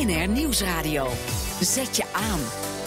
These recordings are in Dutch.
BNR Nieuwsradio. Zet je aan.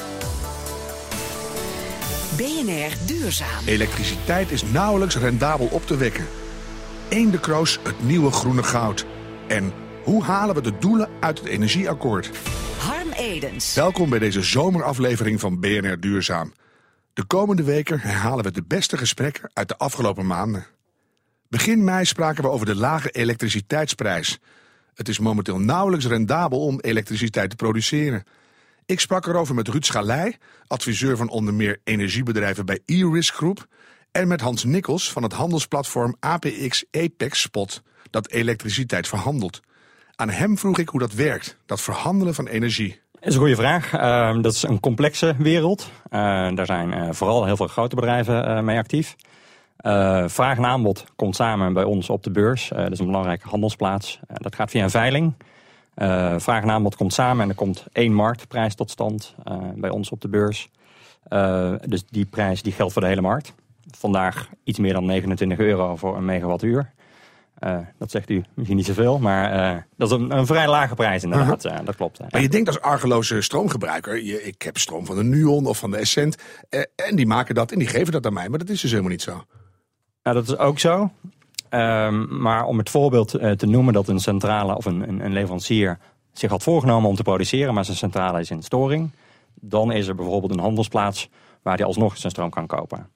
BNR Duurzaam. Elektriciteit is nauwelijks rendabel op te wekken. Eendekroos, het nieuwe groene goud. En hoe halen we de doelen uit het energieakkoord? Harm Edens. Welkom bij deze zomeraflevering van BNR Duurzaam. De komende weken herhalen we de beste gesprekken uit de afgelopen maanden. Begin mei spraken we over de lage elektriciteitsprijs. Het is momenteel nauwelijks rendabel om elektriciteit te produceren. Ik sprak erover met Ruud Schaley, adviseur van onder meer energiebedrijven bij E-Risk Group, en met Hans Nikkels van het handelsplatform APX Apex Spot, dat elektriciteit verhandelt. Aan hem vroeg ik hoe dat werkt, dat verhandelen van energie. Dat is een goede vraag. Dat is een complexe wereld. Daar zijn vooral heel veel grote bedrijven mee actief. Vraag en aanbod komt samen bij ons op de beurs. Dat is een belangrijke handelsplaats. Dat gaat via een veiling. Vraag en aanbod komt samen en er komt één marktprijs tot stand bij ons op de beurs. Dus die prijs die geldt voor de hele markt. Vandaag iets meer dan €29 voor een megawattuur. Dat zegt u misschien niet zoveel, maar dat is een vrij lage prijs inderdaad. Dat klopt. Maar je denkt als argeloze stroomgebruiker, ik heb stroom van de Nuon of van de Essent, en die maken dat en die geven dat aan mij, maar dat is dus helemaal niet zo. Nou, dat is ook zo. Maar om het voorbeeld te noemen dat een centrale of een leverancier zich had voorgenomen om te produceren, maar zijn centrale is in storing, dan is er bijvoorbeeld een handelsplaats waar hij alsnog zijn stroom kan kopen.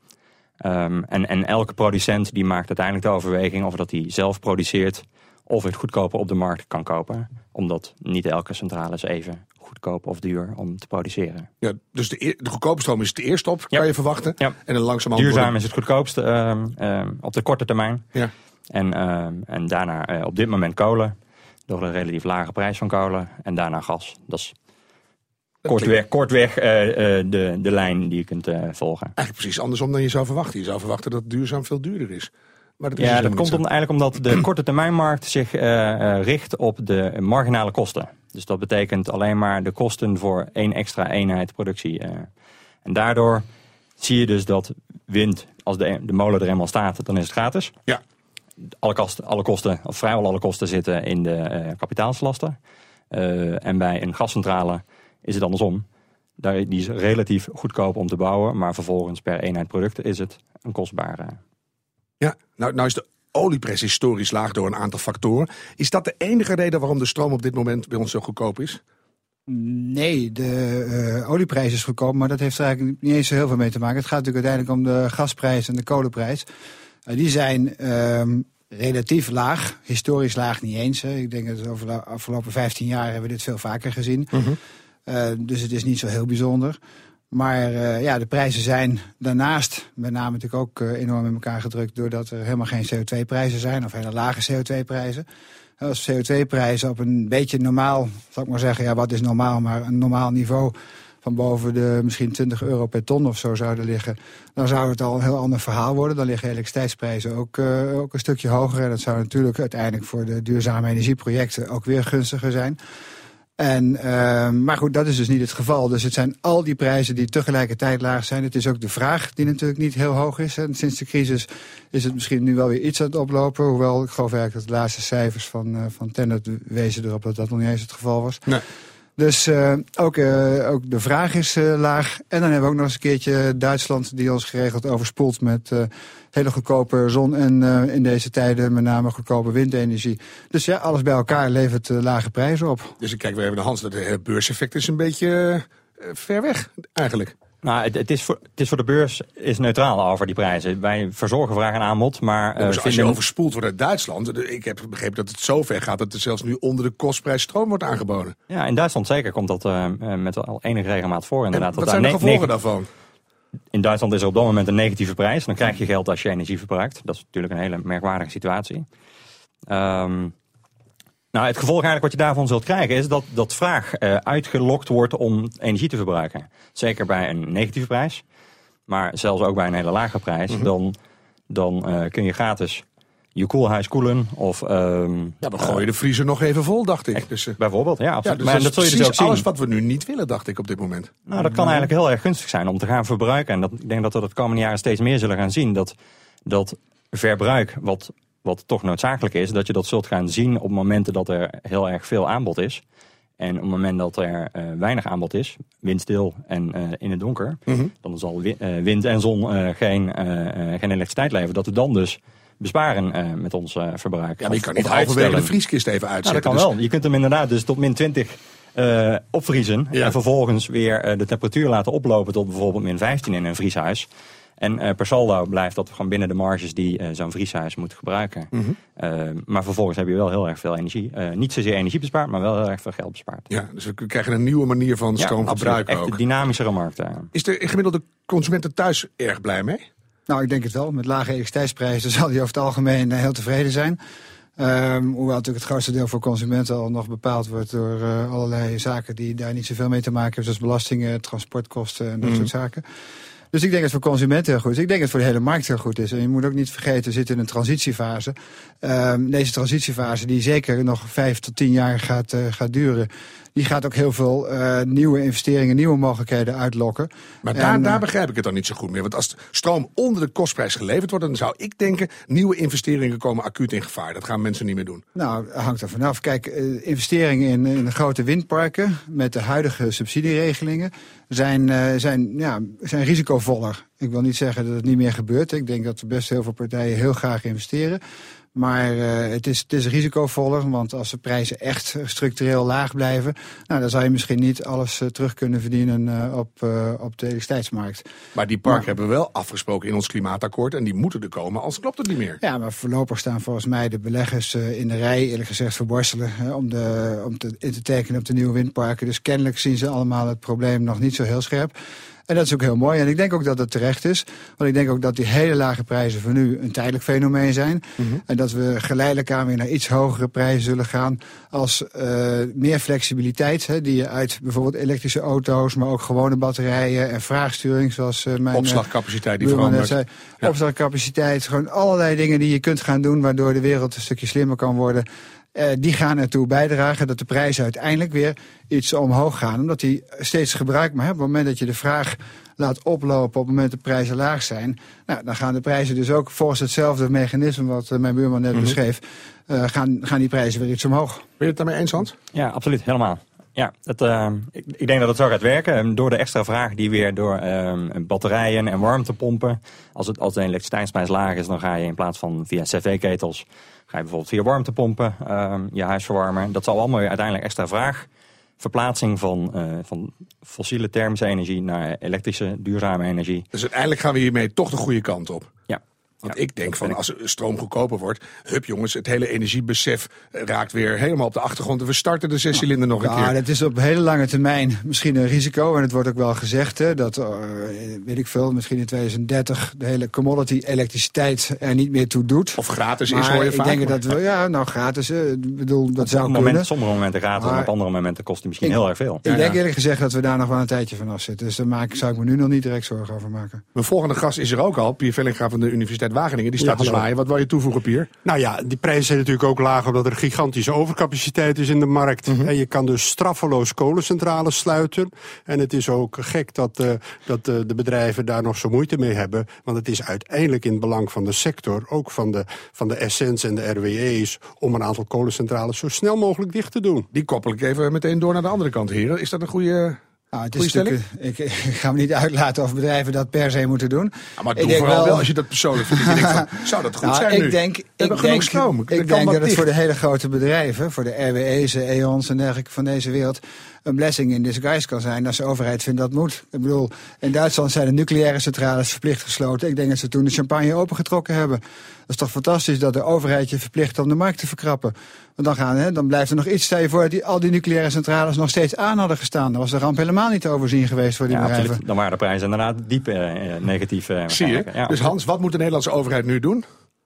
En elke producent die maakt uiteindelijk de overweging of dat hij zelf produceert of het goedkoper op de markt kan kopen. Omdat niet elke centrale is even goedkoop of duur om te produceren. Ja, dus de goedkope stroom is het eerst op, kan je verwachten. Ja. En dan langzamerhand duurzaam is het goedkoopste op de korte termijn. Ja. En daarna op dit moment kolen, door de relatief lage prijs van kolen. En daarna gas. Dat is kortweg de lijn die je kunt volgen. Eigenlijk precies andersom dan je zou verwachten. Je zou verwachten dat duurzaam veel duurder is. Maar dat is dat komt eigenlijk omdat de korte termijnmarkt zich richt op de marginale kosten. Dus dat betekent alleen maar de kosten voor één extra eenheid productie. En daardoor zie je dus dat wind, als de molen er eenmaal staat, dan is het gratis. Ja. Alle kosten, of vrijwel alle kosten zitten in de kapitaalslasten. En bij een gascentrale is het andersom. Die is relatief goedkoop om te bouwen, maar vervolgens per eenheid product is het een kostbare. Ja, nou is de olieprijs historisch laag door een aantal factoren. Is dat de enige reden waarom de stroom op dit moment bij ons zo goedkoop is? Nee, de olieprijs is goedkoop, maar dat heeft er eigenlijk niet eens zo heel veel mee te maken. Het gaat natuurlijk uiteindelijk om de gasprijs en de kolenprijs. Die zijn relatief laag, historisch laag niet eens. Hè. Ik denk dat over de afgelopen 15 jaar hebben we dit veel vaker gezien. Dus het is niet zo heel bijzonder. Maar de prijzen zijn daarnaast met name natuurlijk ook enorm in elkaar gedrukt, doordat er helemaal geen CO2-prijzen zijn of hele lage CO2-prijzen. Als CO2-prijzen op een beetje normaal, zal ik maar zeggen, wat is normaal, maar een normaal niveau van boven de misschien €20 per ton of zo zouden liggen, dan zou het al een heel ander verhaal worden. Dan liggen elektriciteitsprijzen ook een stukje hoger. En dat zou natuurlijk uiteindelijk voor de duurzame energieprojecten ook weer gunstiger zijn. Maar goed, dat is dus niet het geval. Dus het zijn al die prijzen die tegelijkertijd laag zijn. Het is ook de vraag die natuurlijk niet heel hoog is. En sinds de crisis is het misschien nu wel weer iets aan het oplopen. Hoewel ik geloof eigenlijk dat de laatste cijfers van Tennet wezen erop dat dat nog niet eens het geval was. Nee. Dus ook de vraag is laag. En dan hebben we ook nog eens een keertje Duitsland die ons geregeld overspoelt met hele goedkope zon en in deze tijden met name goedkope windenergie. Dus ja, alles bij elkaar levert lage prijzen op. Dus ik kijk weer even naar Hans, dat beurseffect is een beetje ver weg eigenlijk. Nou, het is voor de beurs is neutraal over die prijzen. Wij verzorgen vraag en aanbod, maar dus als je overspoeld wordt uit Duitsland, ik heb begrepen dat het zo ver gaat dat er zelfs nu onder de kostprijs stroom wordt aangeboden. Ja, in Duitsland zeker komt dat met al enige regelmaat voor. Inderdaad. En wat zijn de gevolgen daarvan? In Duitsland is er op dat moment een negatieve prijs. Dan krijg je geld als je energie verbruikt. Dat is natuurlijk een hele merkwaardige situatie. Het gevolg eigenlijk wat je daarvan zult krijgen is dat vraag uitgelokt wordt om energie te verbruiken. Zeker bij een negatieve prijs, maar zelfs ook bij een hele lage prijs. Dan kun je gratis je koelhuis koelen. Of, dan gooi je de vriezer nog even vol, dacht ik. Dus, bijvoorbeeld, ja, absoluut. Ja, dus maar dat zul je dus ook zien. Alles wat we nu niet willen, dacht ik op dit moment. Nou, dat kan eigenlijk heel erg gunstig zijn om te gaan verbruiken. En ik denk dat we dat de komende jaren steeds meer zullen gaan zien. Dat verbruik, wat toch noodzakelijk is, dat je dat zult gaan zien op momenten dat er heel erg veel aanbod is. En op het moment dat er weinig aanbod is, windstil en in het donker, dan zal wind en zon geen elektriciteit leveren. Dat we dan dus besparen met ons verbruik. Ja, maar je kan niet halverwege de vrieskist even uitzetten. Nou, dat kan wel. Je kunt hem inderdaad dus tot min 20 opvriezen. Ja. En vervolgens weer de temperatuur laten oplopen tot bijvoorbeeld min 15 in een vrieshuis. En per saldo blijft dat gewoon binnen de marges die zo'n vrieshuis moet gebruiken. Maar vervolgens heb je wel heel erg veel energie. Niet zozeer energie bespaard, maar wel heel erg veel geld bespaard. Ja, dus we krijgen een nieuwe manier van stroomgebruik ook. Echt een dynamischere markt. Is de gemiddelde consumenten thuis erg blij mee? Nou, ik denk het wel. Met lage elektriciteitsprijzen zal die over het algemeen heel tevreden zijn. Hoewel natuurlijk het grootste deel voor consumenten al nog bepaald wordt door allerlei zaken die daar niet zoveel mee te maken hebben, zoals belastingen, transportkosten en dat soort zaken. Dus ik denk dat het voor consumenten heel goed is. Ik denk dat het voor de hele markt heel goed is. En je moet ook niet vergeten, we zitten in een transitiefase. Deze transitiefase die zeker nog 5 tot 10 jaar gaat duren, die gaat ook heel veel nieuwe investeringen, nieuwe mogelijkheden uitlokken. Maar daar begrijp ik het dan niet zo goed meer. Want als stroom onder de kostprijs geleverd wordt, dan zou ik denken, nieuwe investeringen komen acuut in gevaar. Dat gaan mensen niet meer doen. Nou, hangt er vanaf. Kijk, investeringen in de grote windparken met de huidige subsidieregelingen zijn risicovoller. Ik wil niet zeggen dat het niet meer gebeurt. Ik denk dat er best heel veel partijen heel graag investeren. Maar het is risicovoller, want als de prijzen echt structureel laag blijven, nou, dan zou je misschien niet alles terug kunnen verdienen op de elektriciteitsmarkt. Maar die parken hebben we wel afgesproken in ons klimaatakkoord en die moeten er komen, anders klopt het niet meer. Ja, maar voorlopig staan volgens mij de beleggers in de rij, eerlijk gezegd voor borstelen, om in te tekenen op de nieuwe windparken. Dus kennelijk zien ze allemaal het probleem nog niet zo heel scherp. En dat is ook heel mooi. En ik denk ook dat het terecht is. Want ik denk ook dat die hele lage prijzen voor nu een tijdelijk fenomeen zijn. En dat we geleidelijk aan weer naar iets hogere prijzen zullen gaan. Als meer flexibiliteit, die je uit bijvoorbeeld elektrische auto's, maar ook gewone batterijen en vraagsturing, zoals mijn opslagcapaciteit die verandert. Zei, opslagcapaciteit, gewoon allerlei dingen die je kunt gaan doen, waardoor de wereld een stukje slimmer kan worden. Die gaan ertoe bijdragen dat de prijzen uiteindelijk weer iets omhoog gaan. Omdat die steeds gebruikt maar op het moment dat je de vraag laat oplopen, op het moment dat de prijzen laag zijn, nou, dan gaan de prijzen dus ook volgens hetzelfde mechanisme wat mijn buurman net beschreef, gaan die prijzen weer iets omhoog. Ben je het daarmee eens, Hans? Ja, absoluut, helemaal. Ja, ik denk dat het zo gaat werken. Door de extra vraag die weer door batterijen en warmtepompen. Als de elektriciteitsprijs laag is, dan ga je in plaats van via cv-ketels, ga je bijvoorbeeld via warmtepompen je huis verwarmen. Dat zal allemaal weer uiteindelijk extra vraag. Verplaatsing van fossiele thermische energie naar elektrische duurzame energie. Dus uiteindelijk gaan we hiermee toch de goede kant op. Ja. Want ik denk van als stroom goedkoper wordt, hup jongens, het hele energiebesef raakt weer helemaal op de achtergrond. En we starten de 6-cilinder nog een keer. Ja, dat is op hele lange termijn misschien een risico. En het wordt ook wel gezegd dat, weet ik veel, misschien in 2030 de hele commodity elektriciteit er niet meer toe doet. Of gratis maar is, hoor je vaak. Ik denk dat gratis, dat zou kunnen. Sommige momenten gratis en op andere momenten kost het misschien heel erg veel. Ik denk eerlijk gezegd dat we daar nog wel een tijdje van af zitten. Dus daar zou ik me nu nog niet direct zorgen over maken. Mijn volgende gast is er ook al, Pier Vellinga van de Universiteit Wageningen. Die staat te zwaaien. Wat wil je toevoegen, Pier? Nou ja, die prijzen zijn natuurlijk ook laag omdat er gigantische overcapaciteit is in de markt. En je kan dus straffeloos kolencentrales sluiten. En het is ook gek dat de bedrijven daar nog zo moeite mee hebben. Want het is uiteindelijk in het belang van de sector, ook van de Essence en de RWE's, om een aantal kolencentrales zo snel mogelijk dicht te doen. Die koppel ik even meteen door naar de andere kant, heren. Is dat een goede... Nou, het is ik ga me niet uitlaten of bedrijven dat per se moeten doen. Ja, maar doe vooral wel als je dat persoonlijk vindt. Je denkt van, zou dat goed zijn nu? Ik denk dat het voor de hele grote bedrijven, voor de RWE's, E.ON's en dergelijke van deze wereld, een blessing in disguise kan zijn als de overheid vindt dat moet. Ik bedoel, in Duitsland zijn de nucleaire centrales verplicht gesloten. Ik denk dat ze toen de champagne opengetrokken hebben. Dat is toch fantastisch dat de overheid je verplicht om de markt te verkrappen. Want dan blijft er nog iets. Stel je voor dat al die nucleaire centrales nog steeds aan hadden gestaan. Dan was de ramp helemaal niet te overzien geweest voor die bedrijven. Absoluut. Dan waren de prijzen inderdaad diep negatief. Zie je? Ja, dus Hans, wat moet de Nederlandse overheid nu doen?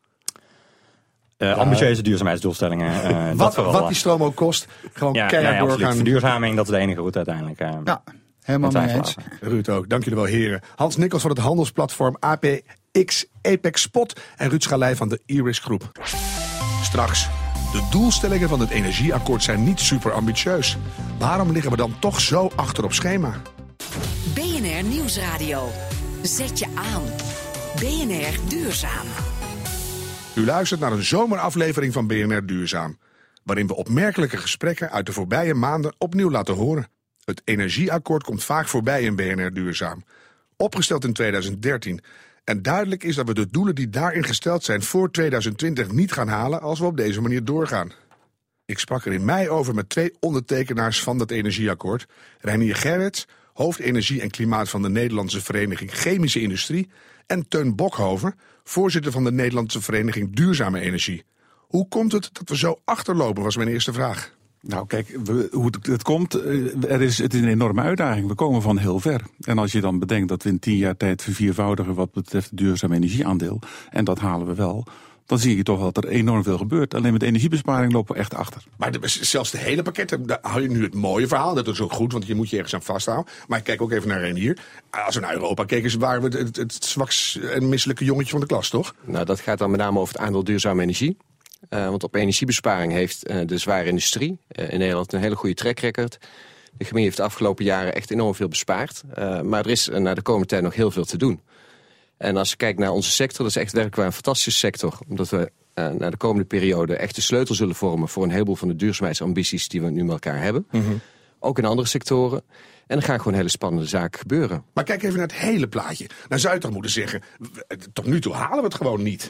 Ambitieuze duurzaamheidsdoelstellingen. Wat die stroom ook kost, gewoon keihard doorgaan. Verduurzaming, dat is de enige route uiteindelijk. Ja, helemaal mee eens. Ruud ook, dank jullie wel, heren. Hans Nikkels van het handelsplatform APX Apex Spot en Ruud Schalij van de Iris Groep. Straks. De doelstellingen van het energieakkoord zijn niet super ambitieus. Waarom liggen we dan toch zo achter op schema? BNR Nieuwsradio. Zet je aan. BNR Duurzaam. U luistert naar een zomeraflevering van BNR Duurzaam. waarin we opmerkelijke gesprekken uit de voorbije maanden opnieuw laten horen. Het energieakkoord komt vaak voorbij in BNR Duurzaam. Opgesteld in 2013. En duidelijk is dat we de doelen die daarin gesteld zijn voor 2020 niet gaan halen als we op deze manier doorgaan. Ik sprak er in mei over met 2 ondertekenaars van dat energieakkoord. Reinier Gerrits, hoofd energie en klimaat van de Nederlandse Vereniging Chemische Industrie, en Teun Bokhover, voorzitter van de Nederlandse Vereniging Duurzame Energie. Hoe komt het dat we zo achterlopen, was mijn eerste vraag. Nou kijk, hoe het komt, het is een enorme uitdaging. We komen van heel ver. En als je dan bedenkt dat we in 10 jaar tijd verviervoudigen wat betreft het duurzame energieaandeel, en dat halen we wel, dan zie je toch dat er enorm veel gebeurt. Alleen met energiebesparing lopen we echt achter. Maar zelfs de hele pakket, daar hou je nu het mooie verhaal. Dat is ook goed, want je moet je ergens aan vasthouden. Maar ik kijk ook even naar Reinier. Als we naar Europa keken, waren we het zwaks en misselijke jongetje van de klas, toch? Nou, dat gaat dan met name over het aandeel duurzame energie. Want op energiebesparing heeft de zware industrie in Nederland een hele goede track record. De chemie heeft de afgelopen jaren echt enorm veel bespaard. Maar er is naar de komende tijd nog heel veel te doen. En als je kijkt naar onze sector, dat is echt werkelijk een fantastische sector. Omdat we naar de komende periode echt de sleutel zullen vormen voor een heleboel van de duurzaamheidsambities die we nu met elkaar hebben. Mm-hmm. Ook in andere sectoren. En er gaan gewoon hele spannende zaken gebeuren. Maar kijk even naar het hele plaatje. Dan zou je toch moeten zeggen, tot nu toe halen we het gewoon niet.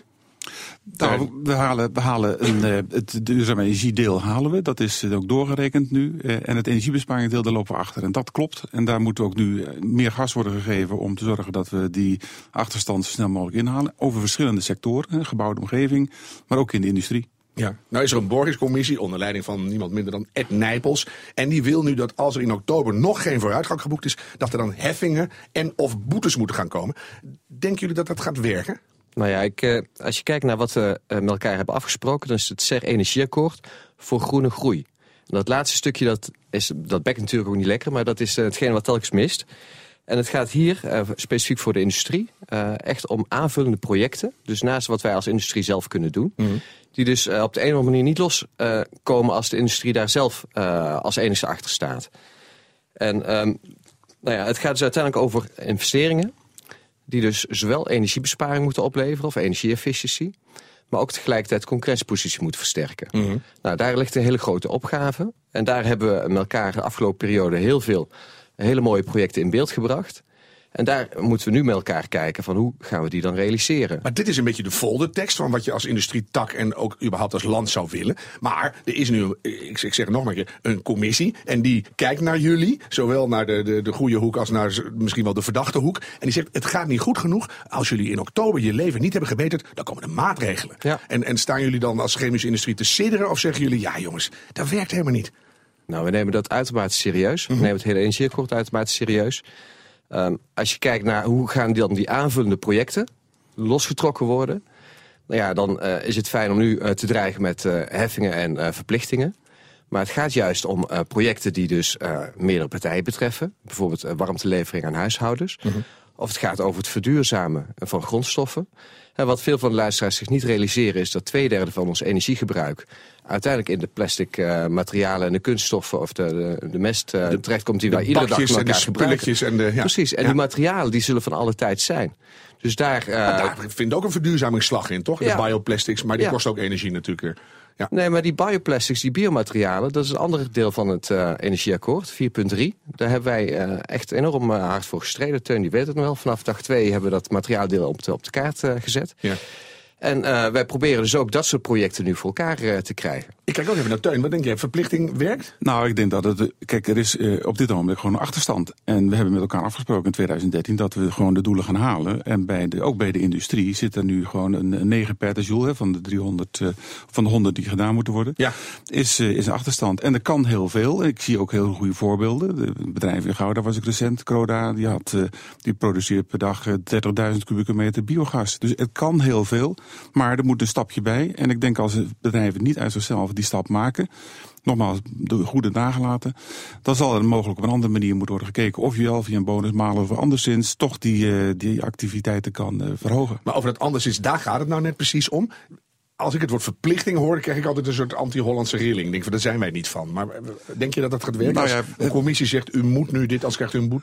Nou, we halen het duurzame energiedeel halen we. Dat is ook doorgerekend nu. En het energiebesparingdeel, daar lopen we achter. En dat klopt. En daar moet ook nu meer gas worden gegeven om te zorgen dat we die achterstand zo snel mogelijk inhalen. Over verschillende sectoren, gebouwde omgeving, maar ook in de industrie. Ja, nou is er een borgingscommissie onder leiding van niemand minder dan Ed Nijpels. En die wil nu dat als er in oktober nog geen vooruitgang geboekt is, dat er dan heffingen en of boetes moeten gaan komen. Denken jullie dat dat gaat werken? Nou ja, als je kijkt naar wat we met elkaar hebben afgesproken, dan is het CER Energieakkoord voor groene groei. En dat laatste stukje, dat bekt natuurlijk ook niet lekker, maar dat is hetgeen wat telkens mist. En het gaat hier, specifiek voor de industrie, echt om aanvullende projecten. Dus naast wat wij als industrie zelf kunnen doen. Mm-hmm. Die dus op de een of andere manier niet loskomen als de industrie daar zelf als enige achter staat. En het gaat dus uiteindelijk over investeringen die dus zowel energiebesparing moeten opleveren of energie-efficiëntie, maar ook tegelijkertijd concurrentiepositie moeten versterken. Mm-hmm. Nou, daar ligt een hele grote opgave. En daar hebben we met elkaar de afgelopen periode heel veel hele mooie projecten in beeld gebracht. En daar moeten we nu met elkaar kijken van hoe gaan we die dan realiseren. Maar dit is een beetje de foldertekst van wat je als industrietak en ook überhaupt als land zou willen. Maar er is nu, ik zeg het nog maar een keer, een commissie. En die kijkt naar jullie, zowel naar de goede hoek als naar misschien wel de verdachte hoek. En die zegt, het gaat niet goed genoeg. Als jullie in oktober je leven niet hebben gebeterd, dan komen er maatregelen. Ja. En staan jullie dan als chemische industrie te sidderen of zeggen jullie, ja jongens, dat werkt helemaal niet? Nou, we nemen dat uitermate serieus. Mm-hmm. We nemen het hele energieakkoord uitermate serieus. Als je kijkt naar hoe gaan dan die aanvullende projecten losgetrokken worden, nou ja, dan is het fijn om nu te dreigen met heffingen en verplichtingen. Maar het gaat juist om projecten die dus meerdere partijen betreffen. Bijvoorbeeld warmtelevering aan huishoudens. Mm-hmm. Of het gaat over het verduurzamen van grondstoffen. En wat veel van de luisteraars zich niet realiseren is dat 2/3 van ons energiegebruik uiteindelijk in de plastic materialen en de kunststoffen of de mest terechtkomt die wij iedere dag met elkaar gebruiken. Precies, en die materialen die zullen van alle tijd zijn. Dus daar vindt ook een verduurzamingsslag in, toch? De bioplastics, maar die kost ook energie natuurlijk. Ja. Nee, maar die bioplastics, die biomaterialen, dat is een ander deel van het energieakkoord, 4.3. Daar hebben wij echt enorm hard voor gestreden. Teun, die weet het nog wel. Vanaf dag 2 hebben we dat materiaaldeel op de kaart gezet. Ja. En wij proberen dus ook dat soort projecten nu voor elkaar te krijgen. Ik kijk ook even naar Teun. Wat denk je, verplichting werkt? Nou, ik denk dat er is op dit moment gewoon een achterstand. En we hebben met elkaar afgesproken in 2013 dat we gewoon de doelen gaan halen. En ook bij de industrie zit er nu gewoon een 9 petajoule van de 300, van de 100 die gedaan moeten worden. Ja. Is een achterstand. En er kan heel veel. Ik zie ook heel goede voorbeelden. De bedrijven in Gouda was ik recent. Croda, die produceert per dag 30.000 kubieke meter biogas. Dus het kan heel veel. Maar er moet een stapje bij. En ik denk als bedrijven niet uit zichzelf die stap maken, nogmaals, de goede nagelaten, dan zal er mogelijk op een andere manier moeten worden gekeken of je wel via een bonusmalen of anderszins toch die activiteiten kan verhogen. Maar over dat anderszins, daar gaat het nou net precies om. Als ik het woord verplichting hoor, dan krijg ik altijd een soort anti-Hollandse rilling. Ik denk, daar zijn wij niet van. Maar denk je dat dat gaat werken? Nou ja, als een commissie zegt, u moet nu dit, als krijgt u een boete?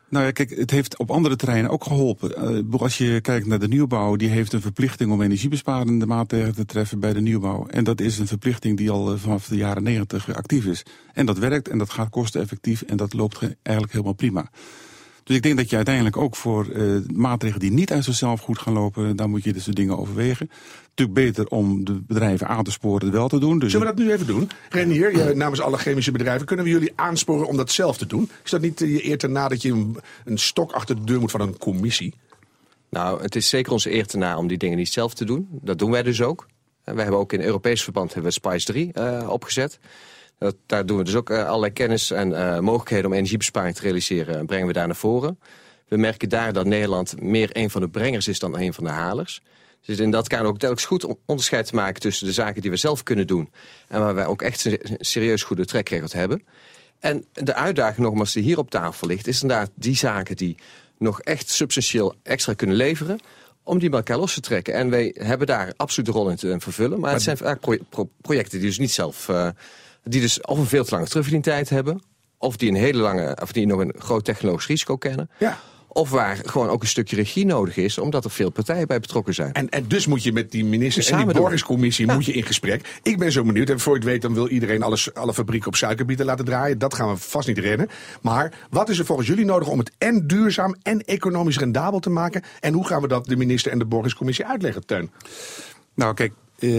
Nou ja, kijk, het heeft op andere terreinen ook geholpen. Als je kijkt naar de nieuwbouw, die heeft een verplichting om energiebesparende maatregelen te treffen bij de nieuwbouw. En dat is een verplichting die al vanaf de jaren 90 actief is. En dat werkt en dat gaat kosteneffectief en dat loopt eigenlijk helemaal prima. Dus ik denk dat je uiteindelijk ook voor maatregelen die niet uit zichzelf goed gaan lopen, daar moet je dus de dingen overwegen. Natuurlijk beter om de bedrijven aan te sporen het wel te doen. Dus zullen we dat nu even doen? Renier, namens alle chemische bedrijven, kunnen we jullie aansporen om dat zelf te doen? Is dat niet je eer te na dat je een stok achter de deur moet van een commissie? Nou, het is zeker onze eer te na om die dingen niet zelf te doen. Dat doen wij dus ook. En wij hebben ook in Europees verband hebben we SPICE 3 opgezet. Daar doen we dus ook allerlei kennis en mogelijkheden om energiebesparing te realiseren en brengen we daar naar voren. We merken daar dat Nederland meer een van de brengers is dan een van de halers. Dus in dat kader ook telkens goed onderscheid te maken tussen de zaken die we zelf kunnen doen en waar wij ook echt een serieus goede track record hebben. En de uitdaging nogmaals die hier op tafel ligt, is inderdaad die zaken die nog echt substantieel extra kunnen leveren, om die bij elkaar los te trekken. En wij hebben daar absoluut de rol in te vervullen, maar het zijn vaak projecten die dus niet zelf die dus of een veel te lange terugverdientijd hebben, of die een hele lange, of die nog een groot technologisch risico kennen. Ja. Of waar gewoon ook een stukje regie nodig is, omdat er veel partijen bij betrokken zijn. En dus moet je met die minister en die borgingscommissie moet je in gesprek. Ik ben zo benieuwd. En voor je het weet, dan wil iedereen alle fabrieken op suikerbieten laten draaien. Dat gaan we vast niet redden. Maar wat is er volgens jullie nodig om het en duurzaam en economisch rendabel te maken? En hoe gaan we dat de minister en de borgingscommissie uitleggen, Teun? Nou, kijk.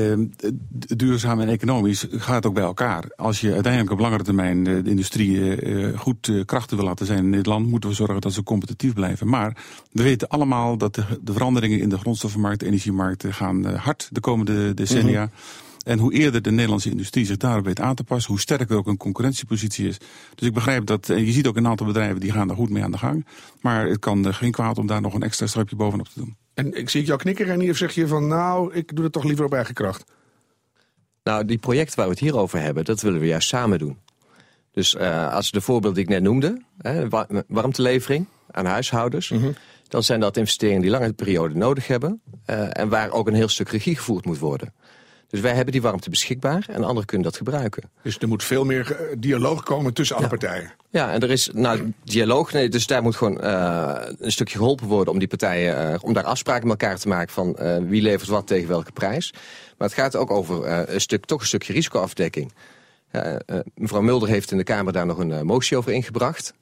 Duurzaam en economisch gaat ook bij elkaar. Als je uiteindelijk op langere termijn de industrie goed krachtig wil laten zijn in dit land, moeten we zorgen dat ze competitief blijven. Maar we weten allemaal dat de veranderingen in de grondstoffenmarkt, de energiemarkt gaan hard de komende decennia. Mm-hmm. En hoe eerder de Nederlandse industrie zich daarop weet aan te passen, hoe sterker ook een concurrentiepositie is. Dus ik begrijp dat, en je ziet ook een aantal bedrijven die gaan daar goed mee aan de gang. Maar het kan geen kwaad om daar nog een extra stapje bovenop te doen. En ik zie jou knikken, Renier, of zeg je van nou, ik doe het toch liever op eigen kracht? Nou, die projecten waar we het hier over hebben, dat willen we juist samen doen. Dus als de voorbeelden die ik net noemde, warmtelevering aan huishoudens, dan zijn dat investeringen die lange periode nodig hebben en waar ook een heel stuk regie gevoerd moet worden. Dus wij hebben die warmte beschikbaar en anderen kunnen dat gebruiken. Dus er moet veel meer dialoog komen tussen alle partijen. Ja, en er is dialoog. Nee, dus daar moet gewoon een stukje geholpen worden om die partijen, om daar afspraken met elkaar te maken van wie levert wat tegen welke prijs. Maar het gaat ook over toch een stukje risicoafdekking. Mevrouw Mulder heeft in de Kamer daar nog een motie over ingebracht.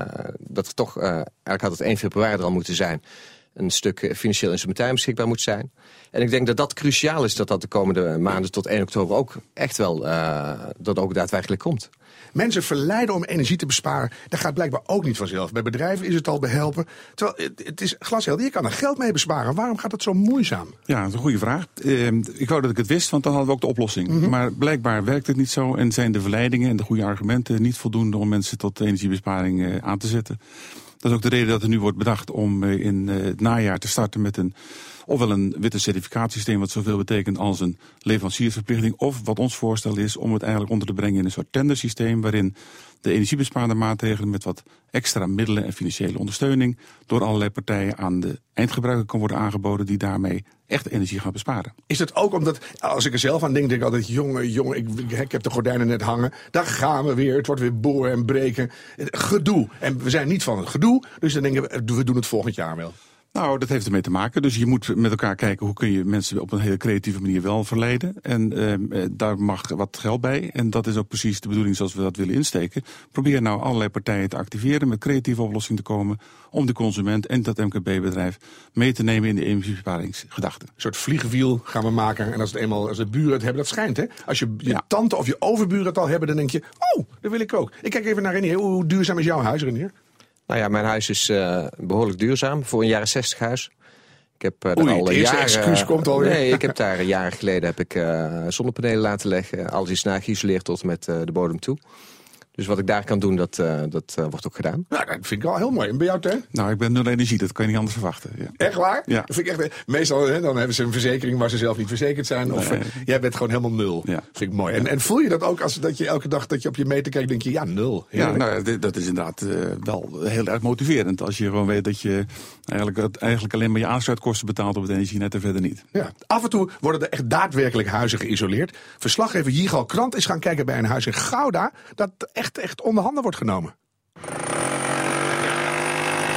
Dat er toch, eigenlijk had het 1 februari er al moeten zijn, een stuk financieel instrumentarium beschikbaar moet zijn. En ik denk dat dat cruciaal is dat de komende maanden tot 1 oktober ook echt wel dat ook daadwerkelijk komt. Mensen verleiden om energie te besparen, dat gaat blijkbaar ook niet vanzelf. Bij bedrijven is het al behelpen. Terwijl het is glashelder, je kan er geld mee besparen. Waarom gaat het zo moeizaam? Ja, dat is een goede vraag. Ik wou dat ik het wist, want dan hadden we ook de oplossing. Mm-hmm. Maar blijkbaar werkt het niet zo en zijn de verleidingen en de goede argumenten niet voldoende om mensen tot energiebesparing aan te zetten. Dat is ook de reden dat er nu wordt bedacht om in het najaar te starten met ofwel een witte certificatiesysteem, wat zoveel betekent als een leveranciersverplichting, of wat ons voorstel is om het eigenlijk onder te brengen in een soort tendersysteem waarin de energiebesparende maatregelen met wat extra middelen en financiële ondersteuning door allerlei partijen aan de eindgebruiker kan worden aangeboden die daarmee echt energie gaan besparen. Is dat ook omdat, als ik er zelf aan denk, denk ik altijd, jongen, ik heb de gordijnen net hangen, daar gaan we weer, het wordt weer boren en breken. Gedoe. En we zijn niet van het gedoe, dus dan denken we doen het volgend jaar wel. Nou, dat heeft ermee te maken. Dus je moet met elkaar kijken hoe kun je mensen op een hele creatieve manier wel verleiden. En daar mag wat geld bij. En dat is ook precies de bedoeling zoals we dat willen insteken. Probeer nou allerlei partijen te activeren met creatieve oplossingen te komen om de consument en dat MKB-bedrijf mee te nemen in de energiebesparingsgedachte. Een soort vliegwiel gaan we maken. En als de buren het hebben, dat schijnt hè. Als je tante of je overburen het al hebben, dan denk je, oh, dat wil ik ook. Ik kijk even naar Renier. Hoe duurzaam is jouw huis, Renier? Nou ja, mijn huis is behoorlijk duurzaam voor een jaren 60 huis. Ik heb het eerste excuus komt alweer. Nee, ik heb daar jaren geleden zonnepanelen laten leggen. Alles is geïsoleerd tot met de bodem toe. Dus wat ik daar kan doen, dat wordt ook gedaan. Nou, dat vind ik wel heel mooi. En bij jou, Teun? Nou, ik ben nul energie, dat kan je niet anders verwachten. Ja. Echt waar? Ja. Dat vind ik echt, meestal dan hebben ze een verzekering waar ze zelf niet verzekerd zijn. Nee. Of jij bent gewoon helemaal nul. Ja. Dat vind ik mooi. En voel je dat ook dat je elke dag dat je op je meter kijkt, denk je, ja, nul. Heerlijk. Ja, nou, dat is inderdaad wel heel erg motiverend. Als je gewoon weet dat je eigenlijk alleen maar je aansluitkosten betaalt op het energienet en verder niet. Ja. Af en toe worden er echt daadwerkelijk huizen geïsoleerd. Verslaggever Jigal Krant is gaan kijken bij een huis in Gouda dat echt onder handen wordt genomen.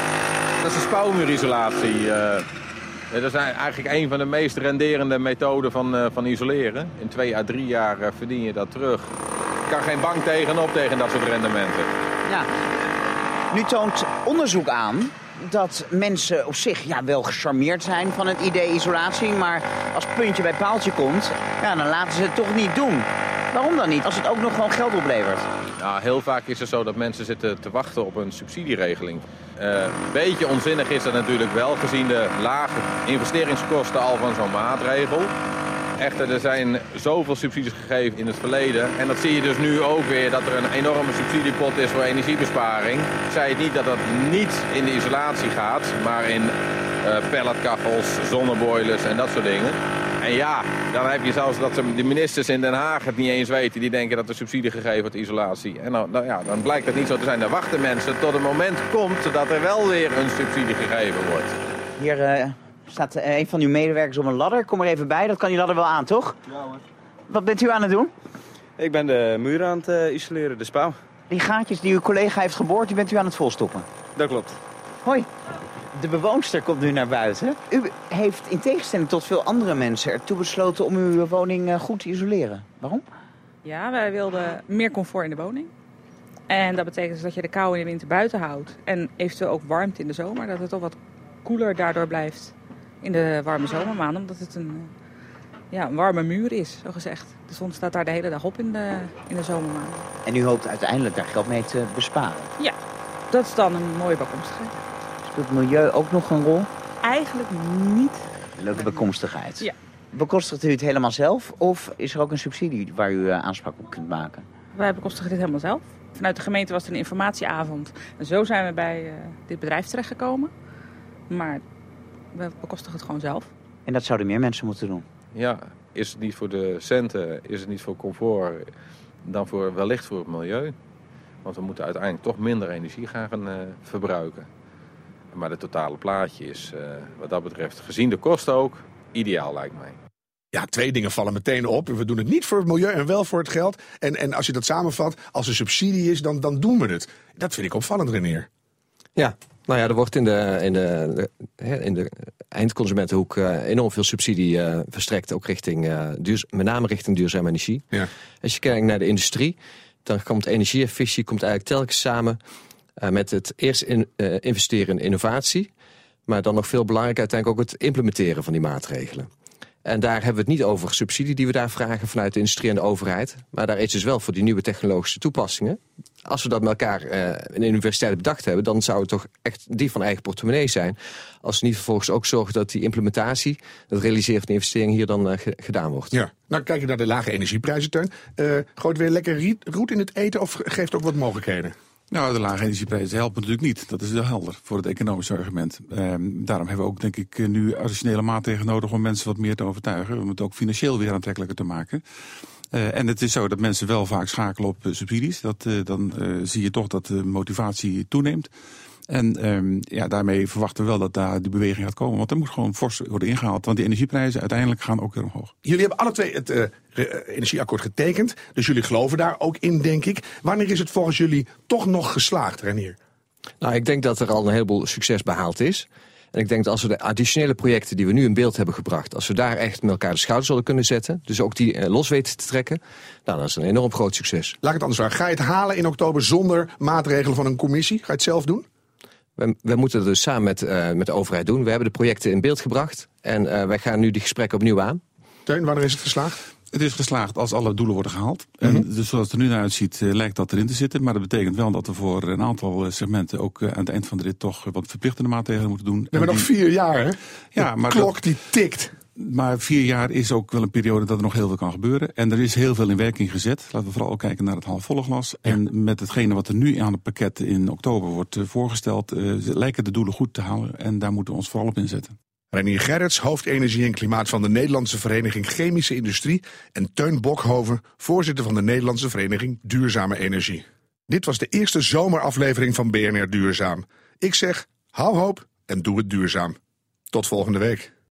dat is de spouwmuurisolatie. Dat is eigenlijk een van de meest renderende methoden van isoleren. In 2 à 3 jaar verdien je dat terug. Er kan geen bank tegenop tegen dat soort rendementen. Ja. Nu toont onderzoek aan dat mensen op zich wel gecharmeerd zijn van het idee isolatie. Maar als puntje bij paaltje komt, dan laten ze het toch niet doen. Waarom dan niet, als het ook nog gewoon geld oplevert? Nou, heel vaak is het zo dat mensen zitten te wachten op een subsidieregeling. Een beetje onzinnig is dat natuurlijk wel, gezien de lage investeringskosten al van zo'n maatregel. Echter, er zijn zoveel subsidies gegeven in het verleden. En dat zie je dus nu ook weer, dat er een enorme subsidiepot is voor energiebesparing. Ik zei het niet dat dat niet in de isolatie gaat, maar in pelletkachels, zonneboilers en dat soort dingen. En ja, dan heb je zelfs dat de ministers in Den Haag het niet eens weten. Die denken dat er subsidie gegeven wordt, isolatie. En dan blijkt dat niet zo te zijn. Dan wachten mensen tot het moment komt dat er wel weer een subsidie gegeven wordt. Hier staat een van uw medewerkers op een ladder. Kom er even bij, dat kan die ladder wel aan, toch? Ja hoor. Wat bent u aan het doen? Ik ben de muren aan het isoleren, de spouw. Die gaatjes die uw collega heeft geboord, die bent u aan het volstoppen? Dat klopt. Hoi. De bewoonster komt nu naar buiten. U heeft in tegenstelling tot veel andere mensen ertoe besloten om uw woning goed te isoleren. Waarom? Ja, wij wilden meer comfort in de woning. En dat betekent dus dat je de kou in de winter buiten houdt. En eventueel ook warmte in de zomer. Dat het toch wat koeler daardoor blijft in de warme zomermaanden. Omdat het een warme muur is, zo gezegd. De zon staat daar de hele dag op in de zomermaanden. En u hoopt uiteindelijk daar geld mee te besparen? Ja, dat is dan een mooie bijkomstigheid. Speelt milieu ook nog een rol? Eigenlijk niet. Leuke bijkomstigheid. Ja. Bekostigt u het helemaal zelf of is er ook een subsidie waar u aanspraak op kunt maken? Wij bekostigen dit helemaal zelf. Vanuit de gemeente was het een informatieavond. En zo zijn we bij dit bedrijf terechtgekomen. Maar we bekostigen het gewoon zelf. En dat zouden meer mensen moeten doen? Ja, is het niet voor de centen, is het niet voor comfort, dan wellicht voor het milieu. Want we moeten uiteindelijk toch minder energie gaan verbruiken. Maar het totale plaatje is wat dat betreft, gezien de kosten ook, ideaal lijkt mij. Ja, 2 dingen vallen meteen op. We doen het niet voor het milieu en wel voor het geld. En als je dat samenvat, als er subsidie is, dan doen we het. Dat vind ik opvallend, Reinier. Ja, nou ja, er wordt in de eindconsumentenhoek enorm veel subsidie verstrekt. Ook met name richting duurzame energie. Ja. Als je kijkt naar de industrie, dan komt energieefficiëntie eigenlijk telkens samen met het eerst investeren in innovatie. Maar dan nog veel belangrijker uiteindelijk ook het implementeren van die maatregelen. En daar hebben we het niet over subsidie die we daar vragen vanuit de industrie en de overheid. Maar daar is dus wel voor die nieuwe technologische toepassingen. Als we dat met elkaar in de universiteit bedacht hebben, dan zou het toch echt die van eigen portemonnee zijn. Als we niet vervolgens ook zorgen dat die implementatie, het realiseren van de investering hier dan gedaan wordt. Ja, nou kijk je naar de lage energieprijzen, Teun. Gooit weer lekker roet in het eten of geeft ook wat mogelijkheden? Nou, de lage energieprijzen helpen natuurlijk niet. Dat is wel helder voor het economische argument. Daarom hebben we ook, denk ik, nu additionele maatregelen nodig om mensen wat meer te overtuigen. Om het ook financieel weer aantrekkelijker te maken. En het is zo dat mensen wel vaak schakelen op subsidies. Dan zie je toch dat de motivatie toeneemt. En daarmee verwachten we wel dat daar die beweging gaat komen. Want er moet gewoon fors worden ingehaald. Want die energieprijzen uiteindelijk gaan ook weer omhoog. Jullie hebben alle 2 het energieakkoord getekend. Dus jullie geloven daar ook in, denk ik. Wanneer is het volgens jullie toch nog geslaagd, Reinier? Nou, ik denk dat er al een heleboel succes behaald is. En ik denk dat als we de additionele projecten die we nu in beeld hebben gebracht, als we daar echt met elkaar de schouders zullen kunnen zetten, dus ook die los weten te trekken, nou, dat is een enorm groot succes. Laat ik het anders vragen. Ga je het halen in oktober zonder maatregelen van een commissie? Ga je het zelf doen? We moeten het dus samen met de overheid doen. We hebben de projecten in beeld gebracht en wij gaan nu die gesprekken opnieuw aan. Teun, wanneer is het geslaagd? Het is geslaagd als alle doelen worden gehaald. En dus zoals het er nu naar uitziet, lijkt dat erin te zitten. Maar dat betekent wel dat we voor een aantal segmenten ook aan het eind van de rit toch wat verplichtende maatregelen moeten doen. We hebben nog 4 jaar, hè? Ja, maar de klok die tikt. Maar 4 jaar is ook wel een periode dat er nog heel veel kan gebeuren. En er is heel veel in werking gezet. Laten we vooral ook kijken naar het halfvolle glas. Ja. En met hetgene wat er nu aan het pakket in oktober wordt voorgesteld, lijken de doelen goed te halen. En daar moeten we ons vooral op inzetten. Reinier Gerrits, hoofd Energie en Klimaat van de Nederlandse Vereniging Chemische Industrie. En Teun Bokhoven, voorzitter van de Nederlandse Vereniging Duurzame Energie. Dit was de eerste zomeraflevering van BNR Duurzaam. Ik zeg, hou hoop en doe het duurzaam. Tot volgende week.